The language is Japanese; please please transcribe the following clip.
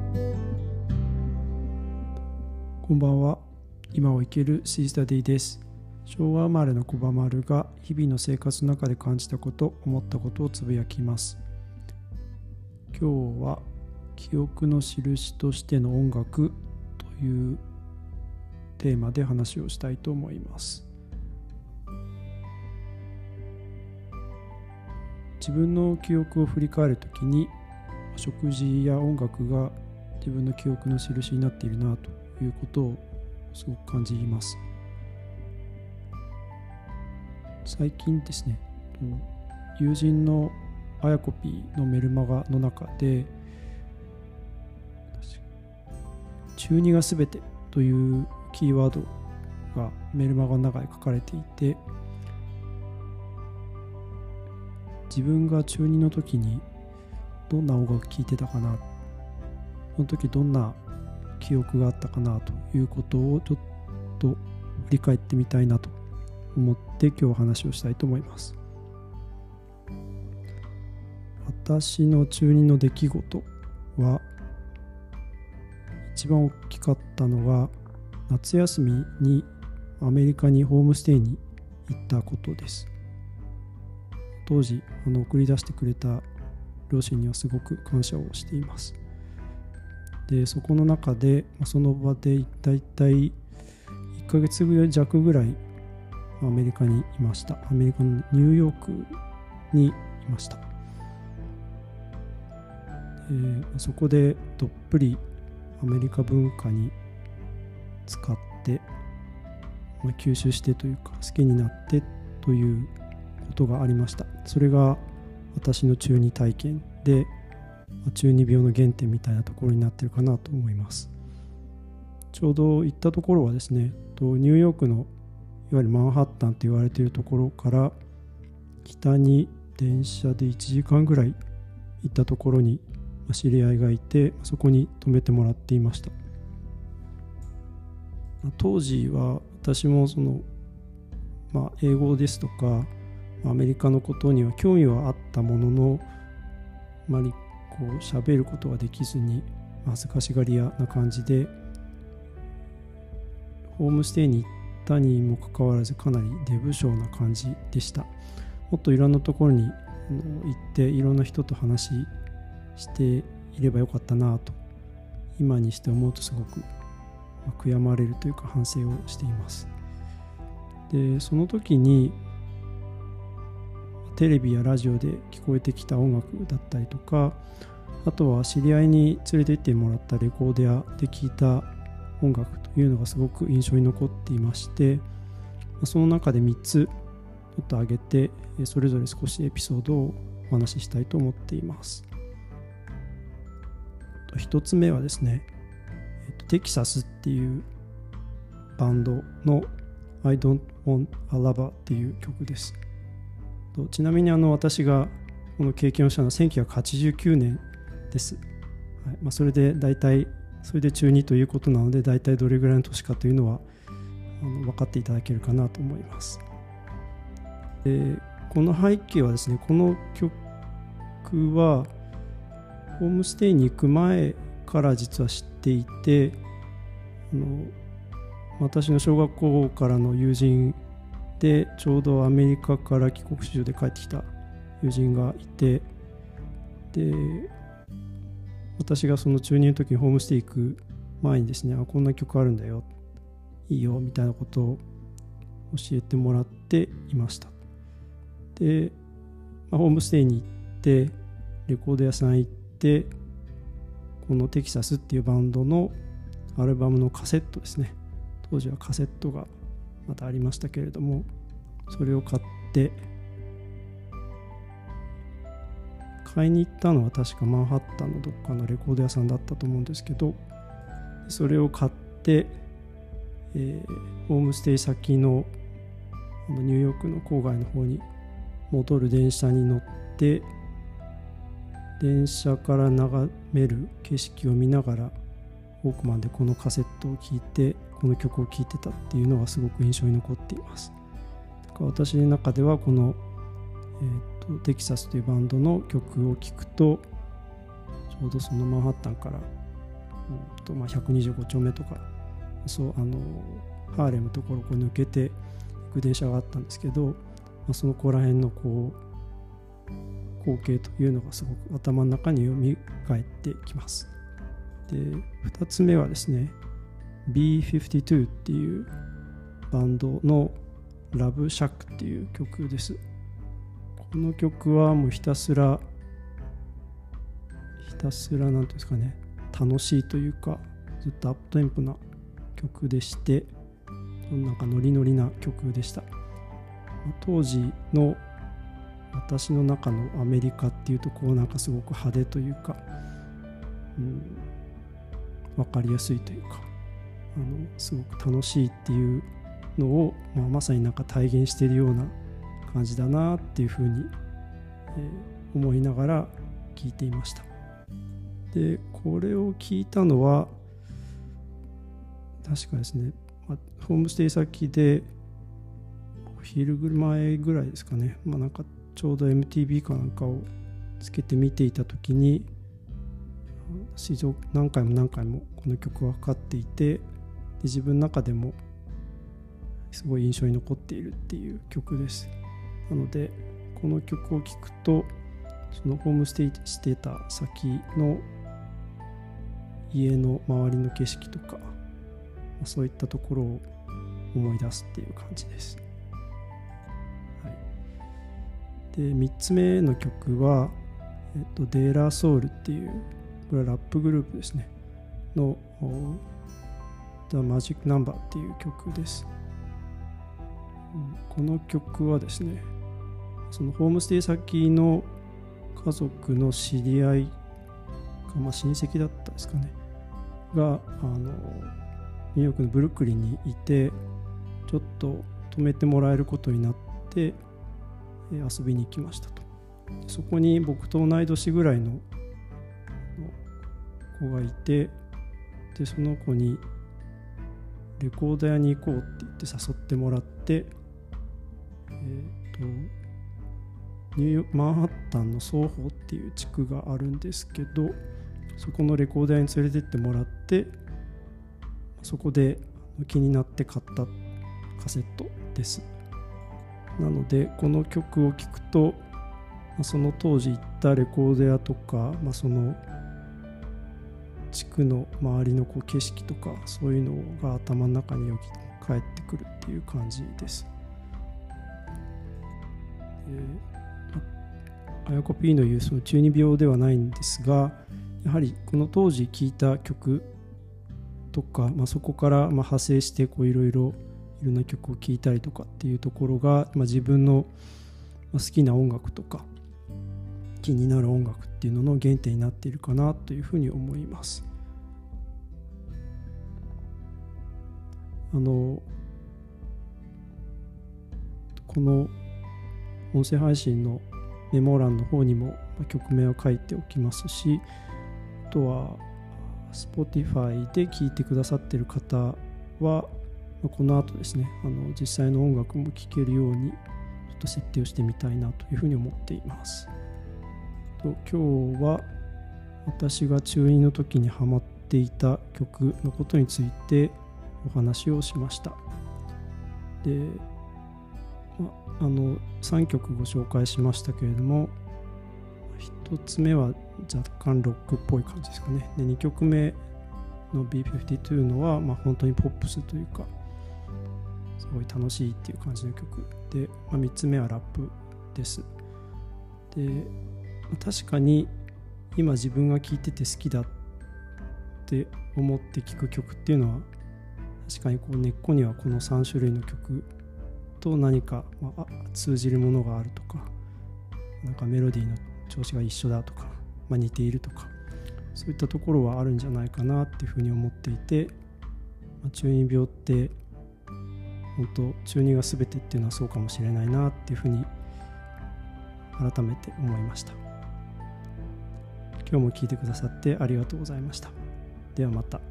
こんばんは。今を生きるシースタディです。昭和生まれの小葉丸が日々の生活の中で感じたこと、思ったことをつぶやきます。今日は記憶の印としての音楽というテーマで話をしたいと思います。自分の記憶を振り返るときに、食事や音楽が自分の記憶の印になっているなということをすごく感じます。最近ですね、友人のあやこぴーのメルマガの中で、中二がすべてというキーワードがメルマガの中で書かれていて、自分が中2の時にどんな音楽聴いてたかな、その時どんな記憶があったかなということをちょっと振り返ってみたいなと思って今日お話をしたいと思います。私の中2の出来事は一番大きかったのが夏休みにアメリカにホームステイに行ったことです。当時送り出してくれた両親にはすごく感謝をしています。でそこの中でその場でだいたい1ヶ月弱ぐらいアメリカにいました。アメリカのニューヨークにいました。そこでどっぷりアメリカ文化に使って、吸収してというか好きになってということがありました。それが私の中二体験で、中二病の原点みたいなところになっているかなと思います。ちょうど行ったところはですね、ニューヨークのいわゆるマンハッタンと言われているところから北に電車で1時間ぐらい行ったところに知り合いがいて、そこに泊めてもらっていました。当時は私も英語ですとかアメリカのことには興味はあったものの、あまり喋ることができずに恥ずかしがり屋な感じで、ホームステイに行ったにもかかわらずかなり出不精な感じでした。もっといろんなところに行っていろんな人と話していればよかったなと今にして思うとすごく悔やまれるというか反省をしています。でその時にテレビやラジオで聞こえてきた音楽だったりとか、あとは知り合いに連れて行ってもらったレコード屋で聴いた音楽というのがすごく印象に残っていまして、その中で3つちょっと挙げてそれぞれ少しエピソードをお話ししたいと思っています。1つ目はですね、テキサスっていうバンドの I Don't Want a Lover っていう曲です。ちなみに私がこの経験をしたのは1989年です。それで中2ということなので、大体どれぐらいの年かというのは分かっていただけるかなと思います。でこの背景はですね、この曲はホームステイに行く前から実は知っていて、私の小学校からの友人でちょうどアメリカから帰国子女で帰ってきた友人がいて、で私がその中2の時にホームステイ行く前にですね、こんな曲あるんだよ、いいよみたいなことを教えてもらっていました。で、ホームステイに行ってレコード屋さん行って、このテキサスっていうバンドのアルバムのカセットですね、当時はカセットがまたありましたけれども、それを買って買いに行ったのは確かマンハッタンのどっかのレコード屋さんだったと思うんですけど、それを買って、ホームステイ先のニューヨークの郊外の方に戻る電車に乗って、電車から眺める景色を見ながらウォークマンでこのカセットを聴いて、この曲を聴いてたっていうのがすごく印象に残っています。だから私の中ではこの、テキサスというバンドの曲を聴くと、ちょうどそのマンハッタンから 125丁目とかハーレムのところを抜けて行く電車があったんですけど、そのこら辺の光景というのがすごく頭の中に蘇ってきます。で、2つ目はですね、B52 っていうバンドのラブシャックっていう曲です。この曲はもうひたすらなんていうんですかね、楽しいというか、ずっとアップテンポな曲でして、なんかノリノリな曲でした。当時の私の中のアメリカっていうとなんかすごく派手というか、分かりやすいというか、すごく楽しいっていうのを、まさになんか体現しているような感じだなっていうふうに、思いながら聴いていました。で、これを聞いたのは確かですね、ホームステイ先でお昼前ぐらいですかね、なんかちょうど MTV かなんかをつけて見ていた時に、何回もこの曲がかかっていて、で自分の中でもすごい印象に残っているっていう曲です。なのでこの曲を聴くと、そのホームステイしてた先の家の周りの景色とか、そういったところを思い出すっていう感じです。はい、で3つ目の曲は、デーラーソウルっていう、これはラップグループですねの The Magic Number っていう曲です。この曲はですね、そのホームステイ先の家族の知り合いか、親戚だったですかねがニューヨークのブルックリンにいて、ちょっと泊めてもらえることになって遊びに行きましたと。そこに僕と同い年ぐらいの子がいて、でその子にレコード屋に行こうって言って誘ってもらって、マンハッタンのソーホーっていう地区があるんですけど、そこのレコード屋に連れてってもらって、そこで気になって買ったカセットです。なのでこの曲を聴くと、その当時行ったレコード屋とか、その地区の周りの景色とか、そういうのが頭の中に帰ってくるっていう感じです。アヤコ P の言うその中二病ではないんですが、やはりこの当時聴いた曲とか、そこから派生していろんな曲を聴いたりとかっていうところが、自分の好きな音楽とか気になる音楽っていうのの原点になっているかなというふうに思います。この音声配信のメモ欄の方にも曲名を書いておきますし、あとは Spotify で聴いてくださっている方は、この後ですね、実際の音楽も聴けるようにちょっと設定をしてみたいなというふうに思っています。今日は私が中2の時にハマっていた曲のことについてお話をしました。で、3曲ご紹介しましたけれども、1つ目は若干ロックっぽい感じですかね。で、2曲目の B52 のは、本当にポップスというか、すごい楽しいっていう感じの曲で、3つ目はラップです。で、確かに今自分が聴いてて好きだって思って聴く曲っていうのは、確かに根っこにはこの3種類の曲と何か通じるものがあるとか、なんかメロディーの調子が一緒だとか、似ているとか、そういったところはあるんじゃないかなっていうふうに思っていて、中二病って本当中二が全てっていうのはそうかもしれないなっていうふうに改めて思いました。今日も聞いてくださってありがとうございました。ではまた。